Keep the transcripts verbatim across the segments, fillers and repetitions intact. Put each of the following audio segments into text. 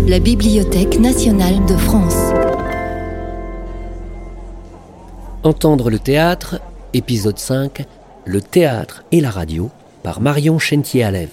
la Bibliothèque nationale de France. Entendre le théâtre, épisode cinq, le théâtre et la radio, par Marion Chentier-Alève.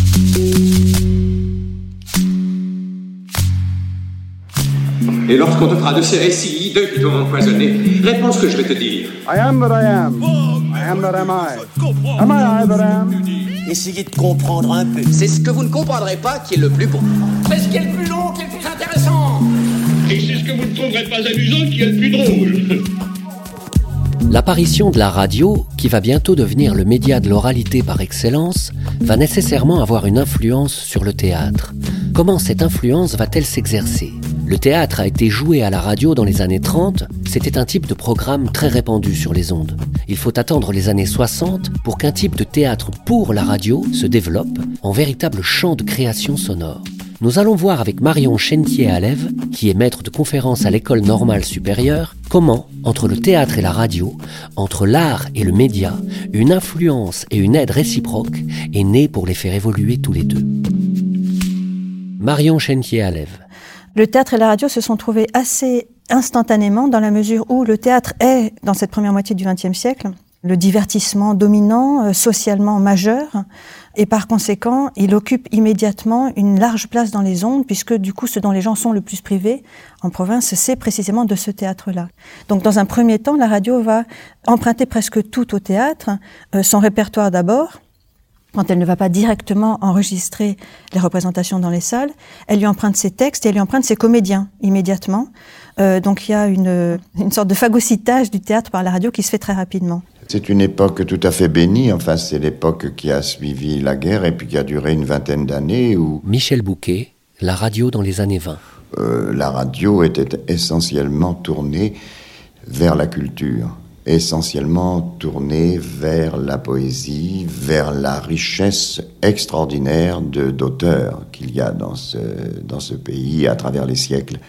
Et lorsqu'on te fera de ces récits hideux qui t'ont empoisonné, réponds ce que je vais te dire. I am that I am. I am that am I. Am I I that am? Essayez de comprendre un peu. C'est ce que vous ne comprendrez pas qui est le plus beau. C'est ce qui est le plus long qui est le plus intéressant. Et c'est ce que vous ne trouverez pas amusant qui est le plus drôle. L'apparition de la radio, qui va bientôt devenir le média de l'oralité par excellence, va nécessairement avoir une influence sur le théâtre. Comment cette influence va-t-elle s'exercer ? Le théâtre a été joué à la radio dans les années trente, c'était un type de programme très répandu sur les ondes. Il faut attendre les années soixante pour qu'un type de théâtre pour la radio se développe en véritable champ de création sonore. Nous allons voir avec Marion Chentier-Alève, qui est maître de conférences à l'École normale supérieure, comment, entre le théâtre et la radio, entre l'art et le média, une influence et une aide réciproque est née pour les faire évoluer tous les deux. Marion Chentier-Alève. Le théâtre et la radio se sont trouvés assez instantanément dans la mesure où le théâtre est, dans cette première moitié du vingtième siècle, le divertissement dominant, euh, socialement majeur, et par conséquent, il occupe immédiatement une large place dans les ondes, puisque du coup, ce dont les gens sont le plus privés en province, c'est précisément de ce théâtre-là. Donc, dans un premier temps, la radio va emprunter presque tout au théâtre, euh, son répertoire d'abord. Quand elle ne va pas directement enregistrer les représentations dans les salles, elle lui emprunte ses textes et elle lui emprunte ses comédiens immédiatement. Euh, donc il y a une, une sorte de phagocytage du théâtre par la radio qui se fait très rapidement. C'est une époque tout à fait bénie, enfin c'est l'époque qui a suivi la guerre et puis qui a duré une vingtaine d'années où... Michel Bouquet, la radio dans les années vingt. Euh, la radio était essentiellement tournée vers la culture. Essentiellement tourné vers la poésie, vers la richesse extraordinaire de, d'auteurs qu'il y a dans ce, dans ce pays à travers les siècles.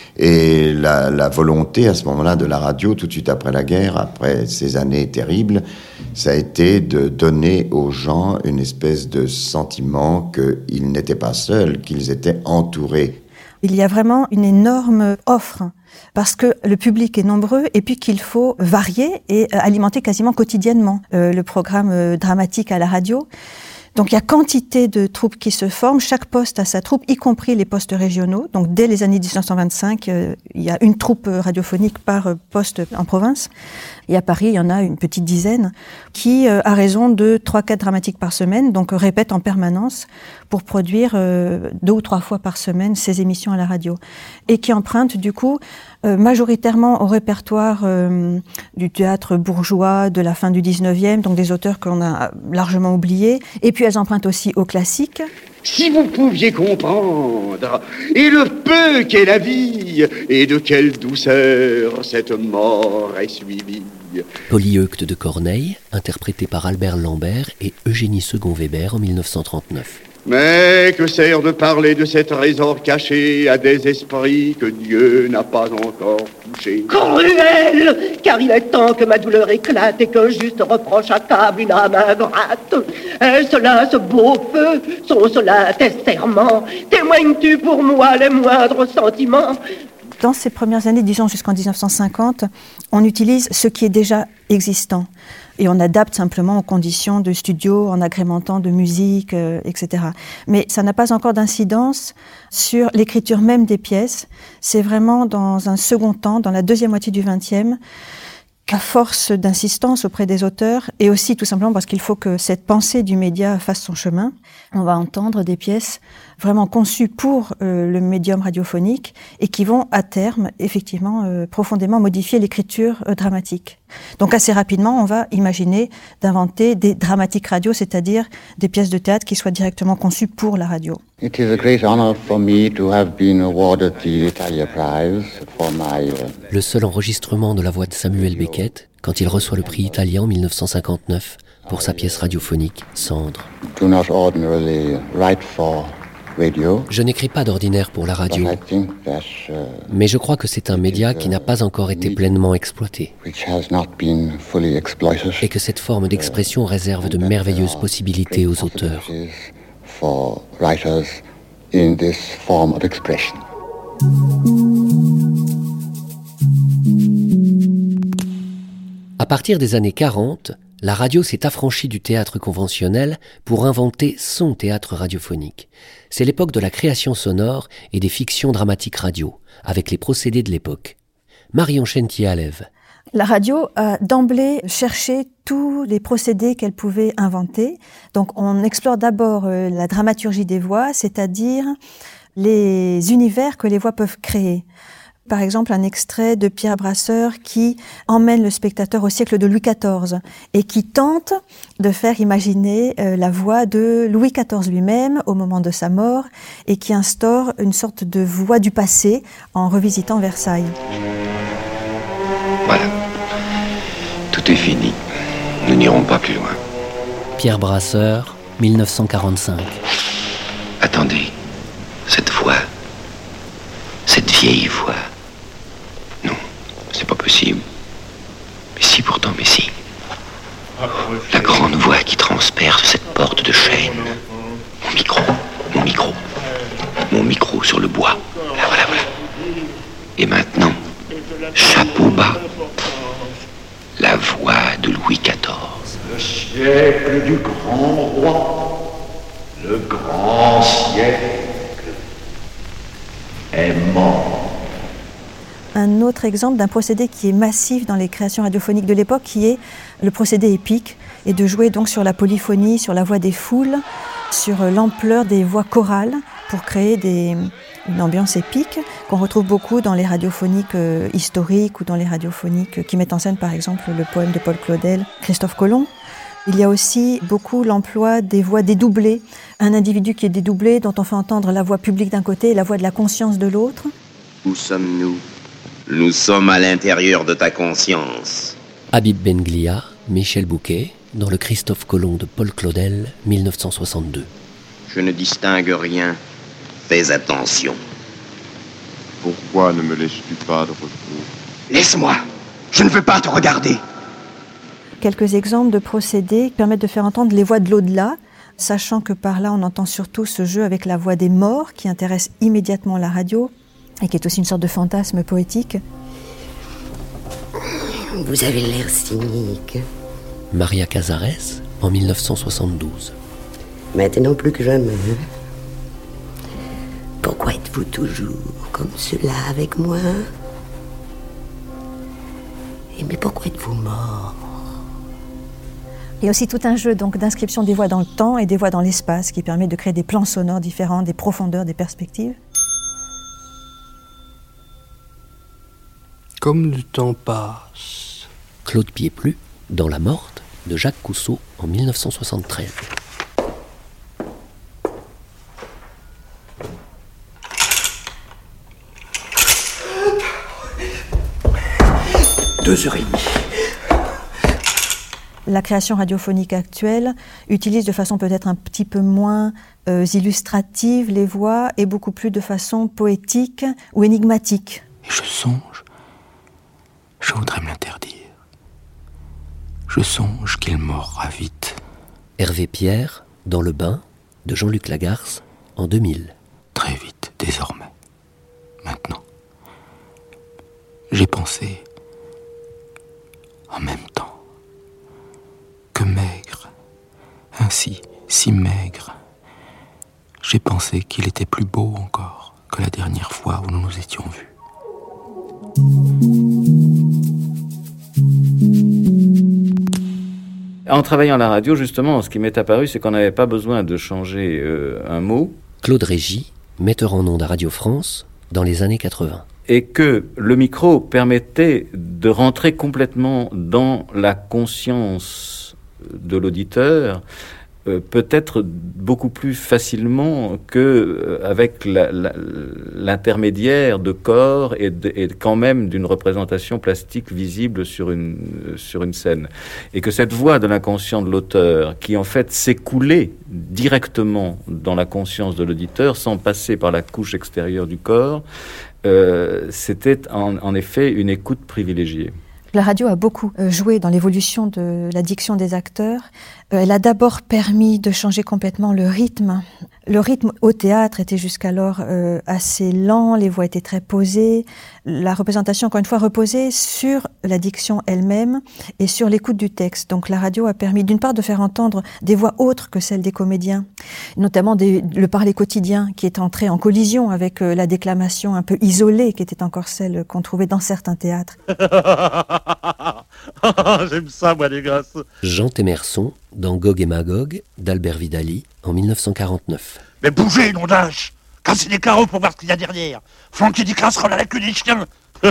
Et la, la volonté à ce moment-là de la radio, tout de suite après la guerre, après ces années terribles, ça a été de donner aux gens une espèce de sentiment qu'ils n'étaient pas seuls, qu'ils étaient entourés. Il y a vraiment une énorme offre parce que le public est nombreux et puis qu'il faut varier et alimenter quasiment quotidiennement euh, le programme euh, dramatique à la radio. Donc il y a quantité de troupes qui se forment, chaque poste a sa troupe, y compris les postes régionaux. Donc dès les années dix-neuf cent vingt-cinq, euh, il y a une troupe radiophonique par euh, poste en province. Et à Paris, il y en a une petite dizaine qui euh, a raison de trois quatre dramatiques par semaine, donc euh, répète en permanence pour produire euh, deux ou trois fois par semaine ces émissions à la radio. Et qui empruntent du coup euh, majoritairement au répertoire euh, du théâtre bourgeois de la fin du dix-neuvième, donc des auteurs qu'on a largement oubliés. Et puis elles empruntent aussi aux classiques. Si vous pouviez comprendre, et le peu qu'est la vie, et de quelle douceur cette mort est suivie. Polyeucte de Corneille, interprété par Albert Lambert et Eugénie Segon-Weber en dix-neuf cent trente-neuf. Mais que sert de parler de cet trésor caché à des esprits que Dieu n'a pas encore touchés? Cruel, car il est temps que ma douleur éclate et qu'un juste reproche accable une âme ingrate. Est-ce là ce beau feu, sont-ce là tes serments? Témoignes-tu pour moi les moindres sentiments? Dans ces premières années, disons jusqu'en dix-neuf cent cinquante, on utilise ce qui est déjà existant. Et on adapte simplement aux conditions de studio, en agrémentant de musique, euh, et cetera. Mais ça n'a pas encore d'incidence sur l'écriture même des pièces. C'est vraiment dans un second temps, dans la deuxième moitié du vingtième, qu'à force d'insistance auprès des auteurs, et aussi tout simplement parce qu'il faut que cette pensée du média fasse son chemin, on va entendre des pièces vraiment conçues pour euh, le médium radiophonique et qui vont à terme, effectivement, euh, profondément modifier l'écriture euh, dramatique. Donc assez rapidement, on va imaginer d'inventer des dramatiques radio, c'est-à-dire des pièces de théâtre qui soient directement conçues pour la radio. It is a great honor for me to have been awarded the Italia Prize for my... Uh... Le seul enregistrement de la voix de Samuel Beckett quand il reçoit le prix italien en dix-neuf cent cinquante-neuf pour sa pièce radiophonique Cendre. Do not ordinarily write for radio. Je n'écris pas d'ordinaire pour la radio, mais je crois que c'est un média qui n'a pas encore été pleinement exploité et que cette forme d'expression réserve de merveilleuses possibilités aux auteurs. in this form of expression. À partir des années quarante, la radio s'est affranchie du théâtre conventionnel pour inventer son théâtre radiophonique. C'est l'époque de la création sonore et des fictions dramatiques radio, avec les procédés de l'époque. Marion Chentier-Alève. La radio a d'emblée cherché tous les procédés qu'elle pouvait inventer. Donc on explore d'abord euh, la dramaturgie des voix, c'est-à-dire les univers que les voix peuvent créer. Par exemple, un extrait de Pierre Brasseur qui emmène le spectateur au siècle de Louis quatorze et qui tente de faire imaginer euh, la voix de Louis quatorze lui-même au moment de sa mort et qui instaure une sorte de voix du passé en revisitant Versailles. Voilà. Tout est fini. Nous n'irons pas plus loin. Pierre Brasseur, dix-neuf cent quarante-cinq. Attendez. Cette voix. Cette vieille voix. Non, c'est pas possible. Mais si, pourtant, mais si. La grande voix qui transperce cette porte de chêne. Mon micro, mon micro. Mon micro sur le bois. Là, voilà, voilà. Et maintenant, chapeau bas. La voix de Louis quatorze. Le siècle du grand roi. Le grand siècle est mort. Un autre exemple d'un procédé qui est massif dans les créations radiophoniques de l'époque, qui est le procédé épique, et de jouer donc sur la polyphonie, sur la voix des foules, sur l'ampleur des voix chorales, pour créer des, une ambiance épique qu'on retrouve beaucoup dans les radiophoniques euh, historiques ou dans les radiophoniques qui mettent en scène par exemple le poème de Paul Claudel, Christophe Colomb. Il y a aussi beaucoup l'emploi des voix dédoublées, un individu qui est dédoublé, dont on fait entendre la voix publique d'un côté et la voix de la conscience de l'autre. Où sommes-nous ? Nous sommes à l'intérieur de ta conscience. Habib Benglia, Michel Bouquet, dans le Christophe Colomb de Paul Claudel, dix-neuf cent soixante-deux. Je ne distingue rien. Fais attention. Pourquoi ne me laisses-tu pas de repos ? Laisse-moi. Je ne veux pas te regarder. Quelques exemples de procédés qui permettent de faire entendre les voix de l'au-delà, sachant que par là on entend surtout ce jeu avec la voix des morts qui intéresse immédiatement la radio et qui est aussi une sorte de fantasme poétique. Vous avez l'air cynique. Maria Cazares, en dix-neuf cent soixante-douze. Maintenant plus que jamais. Pourquoi êtes-vous toujours comme cela avec moi ? Et mais pourquoi êtes-vous mort ? Il y a aussi tout un jeu donc d'inscription des voix dans le temps et des voix dans l'espace qui permet de créer des plans sonores différents, des profondeurs, des perspectives. Comme le temps passe. Claude Pieplu, dans La Morte, de Jacques Cousseau, en dix-neuf cent soixante-treize. Deux heures et demie. La création radiophonique actuelle utilise de façon peut-être un petit peu moins euh, illustrative les voix et beaucoup plus de façon poétique ou énigmatique. Et je songe, je voudrais me l'interdire. Je songe qu'il mourra vite. Hervé Pierre, dans Le Bain, de Jean-Luc Lagarce, en deux mille. Très vite, désormais. Maintenant. J'ai pensé, en même temps, que maigre, ainsi, si maigre, j'ai pensé qu'il était plus beau encore que la dernière fois où nous nous étions vus. En travaillant à la radio, justement, ce qui m'est apparu, c'est qu'on n'avait pas besoin de changer euh, un mot. Claude Régis, metteur en ondes à Radio France, dans les années quatre-vingts. Et que le micro permettait de rentrer complètement dans la conscience de l'auditeur, euh, peut-être beaucoup plus facilement qu'avec euh, la, la, l'intermédiaire de corps et, de, et quand même d'une représentation plastique visible sur une, euh, sur une scène. Et que cette voix de l'inconscient de l'auteur, qui en fait s'écoulait directement dans la conscience de l'auditeur, sans passer par la couche extérieure du corps, euh, c'était en, en effet une écoute privilégiée. La radio a beaucoup joué dans l'évolution de la diction des acteurs. Elle a d'abord permis de changer complètement le rythme Le rythme au théâtre était jusqu'alors euh, assez lent, les voix étaient très posées. La représentation, encore une fois, reposait sur la diction elle-même et sur l'écoute du texte. Donc la radio a permis d'une part de faire entendre des voix autres que celles des comédiens, notamment des, le parler quotidien qui est entré en collision avec euh, la déclamation un peu isolée qui était encore celle qu'on trouvait dans certains théâtres. J'aime ça, moi, les gosses. Jean Témerson, dans Gog et Magog, d'Albert Vidali, en mille neuf cent quarante-neuf. Mais bougez, nom d'âge! Cassez les carreaux pour voir ce qu'il y a derrière! Flanquez des casseroles à la queue des chiens!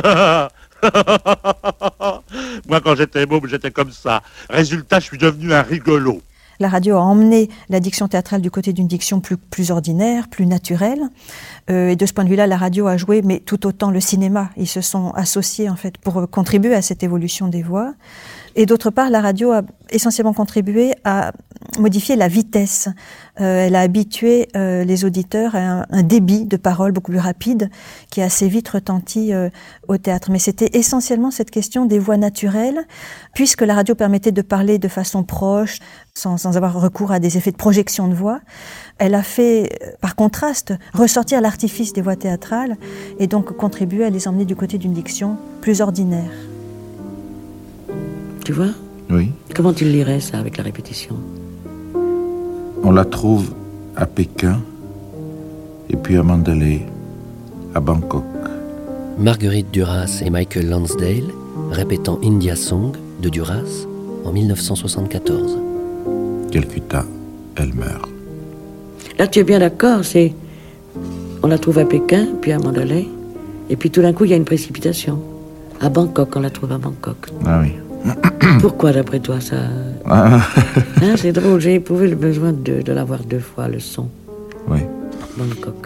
Moi, quand j'étais môme, j'étais comme ça. Résultat, je suis devenu un rigolo. La radio a emmené la diction théâtrale du côté d'une diction plus, plus ordinaire, plus naturelle. Euh, et de ce point de vue-là, la radio a joué, mais tout autant le cinéma. Ils se sont associés, en fait, pour contribuer à cette évolution des voix. Et d'autre part, la radio a essentiellement contribué à modifier la vitesse. Euh, elle a habitué euh, les auditeurs à un, un débit de parole beaucoup plus rapide qui a assez vite retenti euh, au théâtre. Mais c'était essentiellement cette question des voix naturelles, puisque la radio permettait de parler de façon proche, sans, sans avoir recours à des effets de projection de voix. Elle a fait, par contraste, ressortir l'artifice des voix théâtrales et donc contribué à les emmener du côté d'une diction plus ordinaire. Tu vois ? Oui. Comment tu le lirais, ça, avec la répétition ? On la trouve à Pékin, et puis à Mandalay, à Bangkok. Marguerite Duras et Michael Lansdale, répétant India Song de Duras en mille neuf cent soixante-quatorze. Calcutta, elle meurt. Là, tu es bien d'accord, c'est... On la trouve à Pékin, puis à Mandalay, et puis tout d'un coup, il y a une précipitation. À Bangkok, on la trouve à Bangkok. Ah oui. Pourquoi, d'après toi, ça... Ah. Hein, c'est drôle, j'ai éprouvé le besoin de, de l'avoir deux fois, le son. Oui. Bangkok.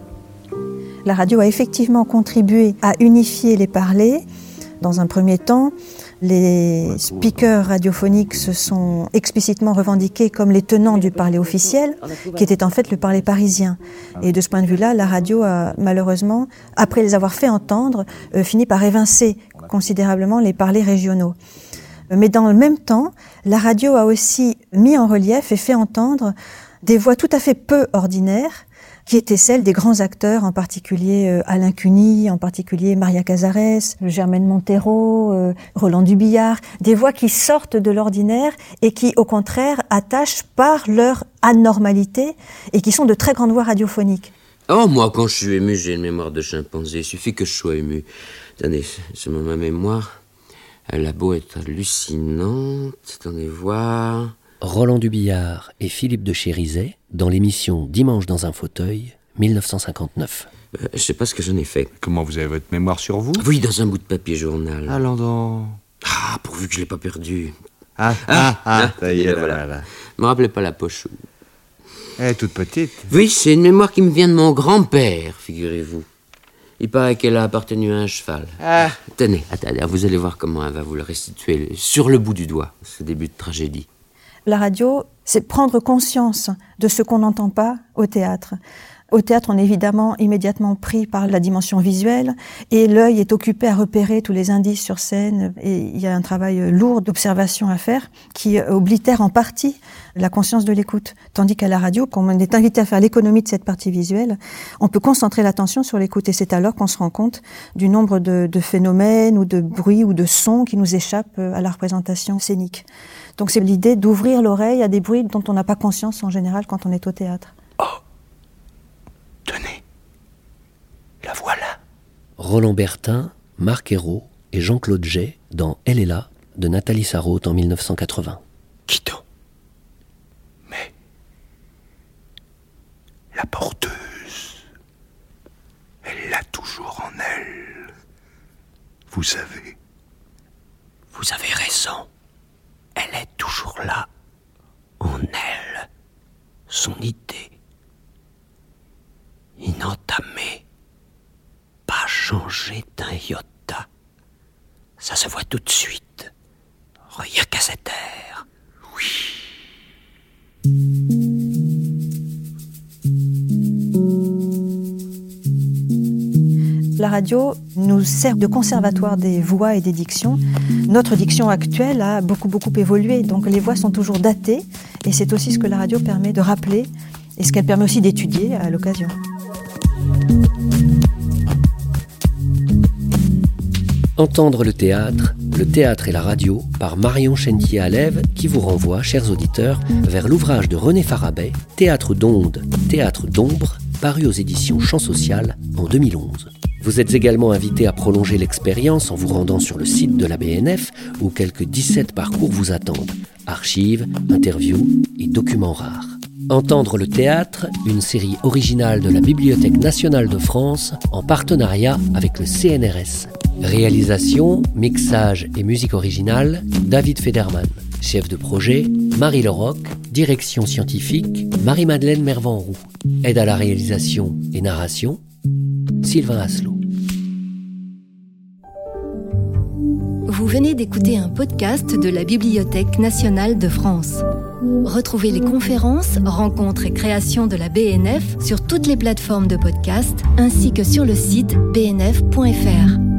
La radio a effectivement contribué à unifier les parlers. Dans un premier temps, les speakers radiophoniques se sont explicitement revendiqués comme les tenants du parler officiel, qui était en fait le parler parisien. Et de ce point de vue-là, la radio a malheureusement, après les avoir fait entendre, euh, fini par évincer considérablement les parlers régionaux. Mais dans le même temps, la radio a aussi mis en relief et fait entendre des voix tout à fait peu ordinaires, qui étaient celles des grands acteurs, en particulier euh, Alain Cuny, en particulier Maria Cazares, Germaine Montero, euh, Roland Dubillard, des voix qui sortent de l'ordinaire et qui, au contraire, attachent par leur anormalité et qui sont de très grandes voix radiophoniques. Oh, moi, quand je suis ému, j'ai une mémoire de chimpanzé. Il suffit que je sois ému. Attendez, c'est ma mémoire. Elle a beau être hallucinante. Attendez voir... Roland Dubillard et Philippe de Chérizet dans l'émission Dimanche dans un fauteuil, mille neuf cent cinquanteneuf. Euh, je sais pas ce que j'en ai fait. Comment, vous avez votre mémoire sur vous ? Oui, dans un bout de papier journal. Allons donc. Ah, pourvu que je l'ai pas perdu. Ah, ah, ah, ah ça y est, voilà. là, là. Me rappelez pas la poche. Elle est toute petite. Oui, c'est une mémoire qui me vient de mon grand-père, figurez-vous. Il paraît qu'elle a appartenu à un cheval. Ah. Tenez, attendez, vous allez voir comment elle va vous le restituer sur le bout du doigt, ce début de tragédie. La radio, c'est prendre conscience de ce qu'on n'entend pas au théâtre. Au théâtre, on est évidemment immédiatement pris par la dimension visuelle et l'œil est occupé à repérer tous les indices sur scène et il y a un travail lourd d'observation à faire qui oblitère en partie la conscience de l'écoute. Tandis qu'à la radio, quand on est invité à faire l'économie de cette partie visuelle, on peut concentrer l'attention sur l'écoute et c'est alors qu'on se rend compte du nombre de, de phénomènes ou de bruits ou de sons qui nous échappent à la représentation scénique. Donc c'est l'idée d'ouvrir l'oreille à des bruits dont on n'a pas conscience en général quand on est au théâtre. Tenez, la voilà. Roland Bertin, Marc Ayrault et Jean-Claude Jay dans Elle est là de Nathalie Sarraute en mille neuf cent quatre-vingts. Qui donc ? Mais la porteuse, elle l'a toujours en elle. Vous savez. Vous avez raison. Elle est toujours là, en elle, son idée. Inentamée, pas changée d'un iota. Ça se voit tout de suite. Rien qu'à cet air. Oui. La radio nous sert de conservatoire des voix et des dictions. Notre diction actuelle a beaucoup, beaucoup évolué, donc les voix sont toujours datées, et c'est aussi ce que la radio permet de rappeler et ce qu'elle permet aussi d'étudier à l'occasion. Entendre le théâtre, le théâtre et la radio par Marion Chentier-Alève qui vous renvoie, chers auditeurs, vers l'ouvrage de René Farabet, Théâtre d'ondes, Théâtre d'ombre, paru aux éditions Champs Social en deux mille onze. Vous êtes également invité à prolonger l'expérience en vous rendant sur le site de la B N F où quelques dix-sept parcours vous attendent. Archives, interviews et documents rares. Entendre le théâtre, une série originale de la Bibliothèque nationale de France en partenariat avec le C N R S. Réalisation, mixage et musique originale, David Federman. Chef de projet, Marie Leroc. Direction scientifique, Marie-Madeleine Mervan-Roux. Aide à la réalisation et narration, Sylvain Asselot. Vous venez d'écouter un podcast de la Bibliothèque nationale de France. Retrouvez les conférences, rencontres et créations de la B N F sur toutes les plateformes de podcast ainsi que sur le site b n f point f r.